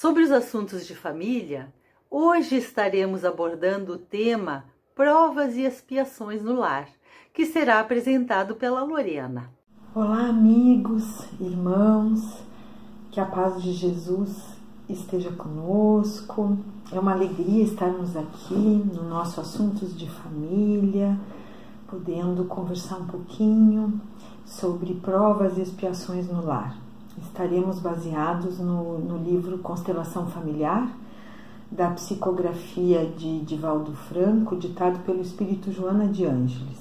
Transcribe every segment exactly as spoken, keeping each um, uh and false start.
Sobre os assuntos de família, hoje estaremos abordando o tema Provas e Expiações no Lar, que será apresentado pela Lorena. Olá, amigos, irmãos, que a paz de Jesus esteja conosco. É uma alegria estarmos aqui no nosso Assuntos de Família, podendo conversar um pouquinho sobre provas e expiações no lar. Estaremos baseados no, no livro Constelação Familiar, da psicografia de Divaldo Franco, ditado pelo Espírito Joana de Ângeles.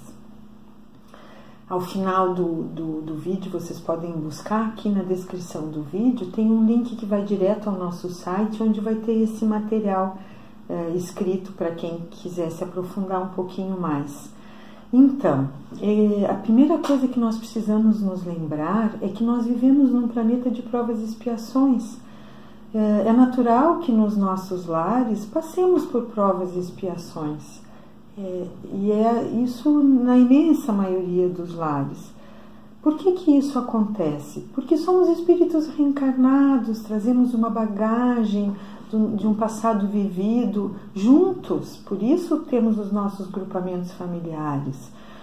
Ao final do, do, do vídeo, vocês podem buscar aqui na descrição do vídeo, tem um link que vai direto ao nosso site, onde vai ter esse material é, escrito para quem quiser se aprofundar um pouquinho mais. Então, é, a primeira coisa que nós precisamos nos lembrar é que nós vivemos num planeta de provas e expiações. É, é natural que nos nossos lares passemos por provas e expiações. É, e é isso na imensa maioria dos lares. Por que que isso acontece? Porque somos espíritos reencarnados, trazemos uma bagagem de um passado vivido juntos, por isso temos os nossos grupamentos familiares.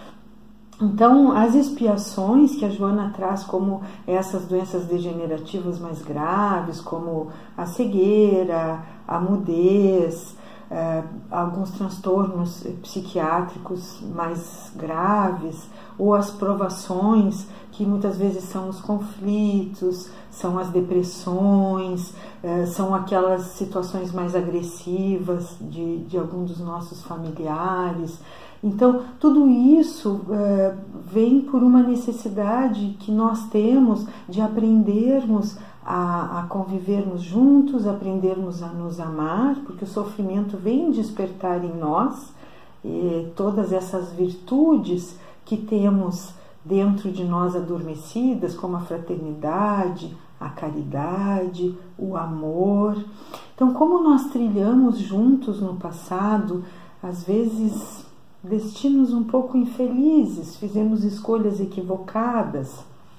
Então, as expiações que a Joana traz como essas doenças degenerativas mais graves, como a cegueira, a mudez, eh, alguns transtornos psiquiátricos mais graves, ou as provações, que muitas vezes são os conflitos, são as depressões, eh, são aquelas situações mais agressivas de, de algum dos nossos familiares. Então, tudo isso eh, vem por uma necessidade que nós temos de aprendermos a, a convivermos juntos, aprendermos a nos amar, porque o sofrimento vem despertar em nós eh, todas essas virtudes que temos dentro de nós adormecidas, como a fraternidade, a caridade, o amor. Então, como nós trilhamos juntos no passado, às vezes destinos um pouco infelizes, fizemos escolhas equivocadas.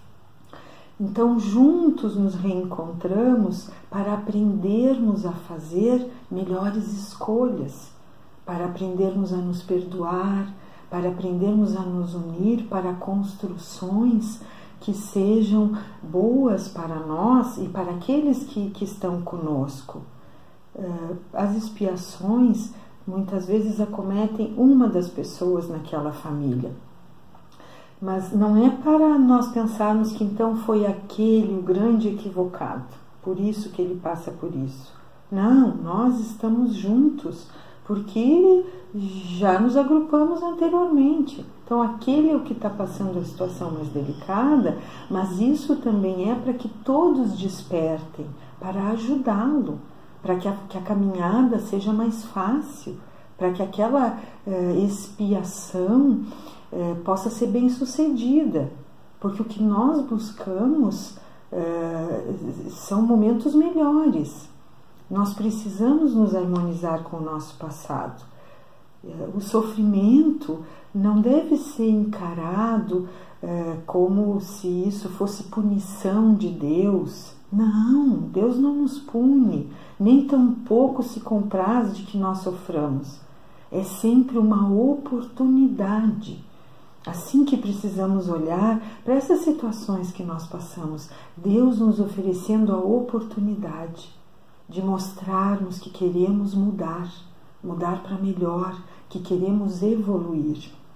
Então, juntos nos reencontramos para aprendermos a fazer melhores escolhas, para aprendermos a nos perdoar, para aprendermos a nos unir para construções que sejam boas para nós e para aqueles que, que estão conosco. As expiações muitas vezes acometem uma das pessoas naquela família, mas não é para nós pensarmos que então foi aquele o grande equivocado, por isso que ele passa por isso. Não, nós estamos juntos, porque já nos agrupamos anteriormente. Então, aquele é o que está passando a situação mais delicada, mas isso também é para que todos despertem, para ajudá-lo, para que a, que a caminhada seja mais fácil, para que aquela eh, expiação eh, possa ser bem sucedida, porque o que nós buscamos eh, são momentos melhores. Nós precisamos nos harmonizar com o nosso passado. O sofrimento não deve ser encarado eh, como se isso fosse punição de Deus. Não, Deus não nos pune, nem tampouco se compraz de que nós soframos. É sempre uma oportunidade. Assim que precisamos olhar para essas situações que nós passamos, Deus nos oferecendo a oportunidade de mostrarmos que queremos mudar, mudar para melhor, que queremos evoluir.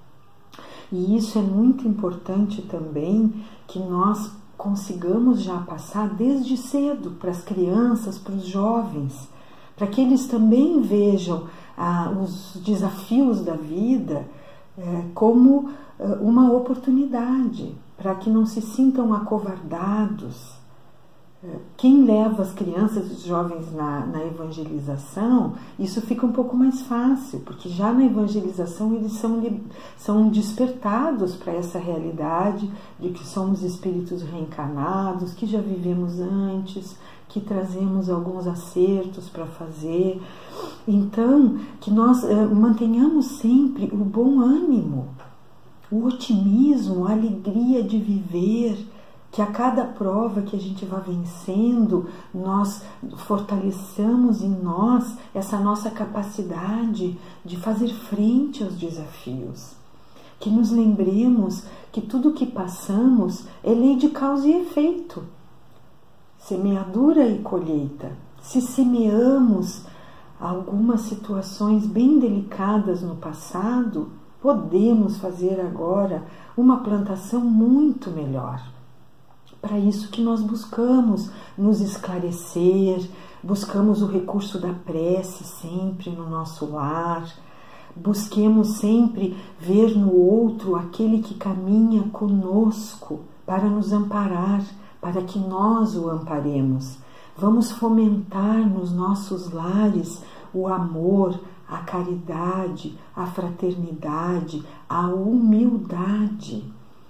E isso é muito importante também, que nós consigamos já passar desde cedo para as crianças, para os jovens, para que eles também vejam ah, os desafios da vida eh, como ah, uma oportunidade, para que não se sintam acovardados. Quem leva as crianças e os jovens na, na evangelização, isso fica um pouco mais fácil, porque já na evangelização eles são, são despertados para essa realidade de que somos espíritos reencarnados, que já vivemos antes, que trazemos alguns acertos para fazer. Então, que nós eh, mantenhamos sempre o bom ânimo, o otimismo, a alegria de viver, Que a cada prova que a gente vá vencendo, nós fortaleçamos em nós essa nossa capacidade de fazer frente aos desafios. Que nos lembremos que tudo que passamos é lei de causa e efeito. Semeadura e colheita. Se semeamos algumas situações bem delicadas no passado, podemos fazer agora uma plantação muito melhor. Para isso que nós buscamos nos esclarecer, buscamos o recurso da prece sempre no nosso lar, busquemos sempre ver no outro aquele que caminha conosco para nos amparar, para que nós o amparemos. Vamos fomentar nos nossos lares o amor, a caridade, a fraternidade, a humildade.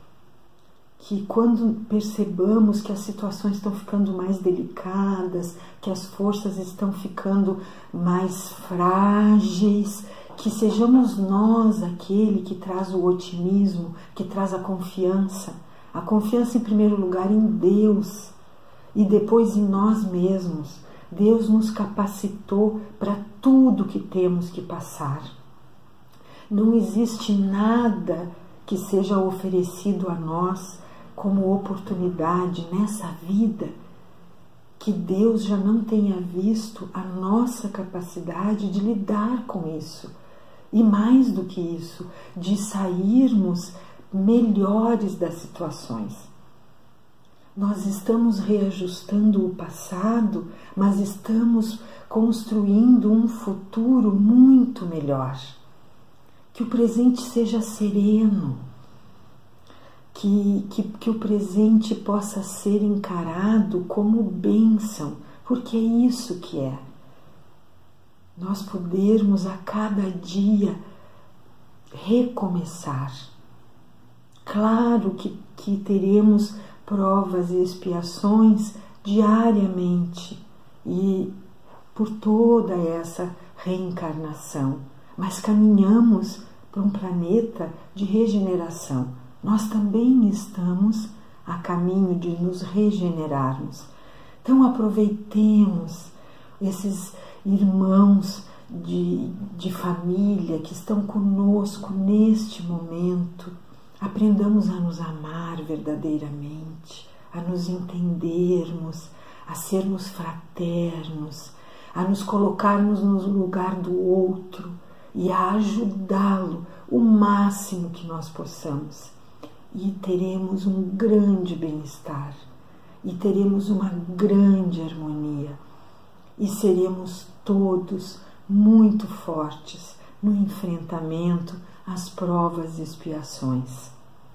Que quando percebamos que as situações estão ficando mais delicadas, que as forças estão ficando mais frágeis, que sejamos nós aquele que traz o otimismo, que traz a confiança. A confiança em primeiro lugar em Deus e depois em nós mesmos. Deus nos capacitou para tudo que temos que passar. Não existe nada que seja oferecido a nós como oportunidade nessa vida que Deus já não tenha visto a nossa capacidade de lidar com isso. E mais do que isso, de sairmos melhores das situações. Nós estamos reajustando o passado, mas estamos construindo um futuro muito melhor. Que o presente seja sereno, que, que, que o presente possa ser encarado como bênção, porque é isso que é. Nós podermos a cada dia recomeçar. Claro que, que teremos provas e expiações diariamente e por toda essa reencarnação, mas caminhamos para um planeta de regeneração. Nós também estamos a caminho de nos regenerarmos. Então aproveitemos esses irmãos de, de família que estão conosco neste momento. Aprendamos a nos amar verdadeiramente, a nos entendermos, a sermos fraternos, a nos colocarmos no lugar do outro e a ajudá-lo o máximo que nós possamos. E teremos um grande bem-estar, e teremos uma grande harmonia, e seremos todos muito fortes no enfrentamento às provas e expiações.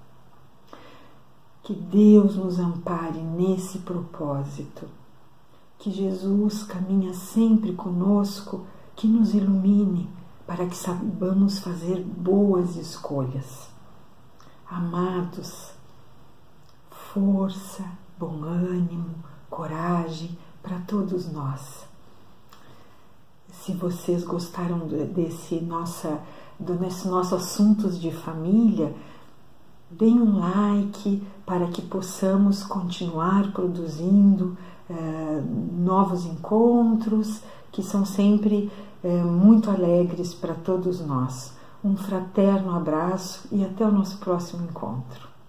Que Deus nos ampare nesse propósito, que Jesus caminha sempre conosco, que nos ilumine para que saibamos fazer boas escolhas. Amados, força, bom ânimo, coragem para todos nós. Se vocês gostaram desse, nossa, desse nosso assuntos de família, deem um like para que possamos continuar produzindo eh, novos encontros, que são sempre eh, muito alegres para todos nós. Um fraterno abraço e até o nosso próximo encontro.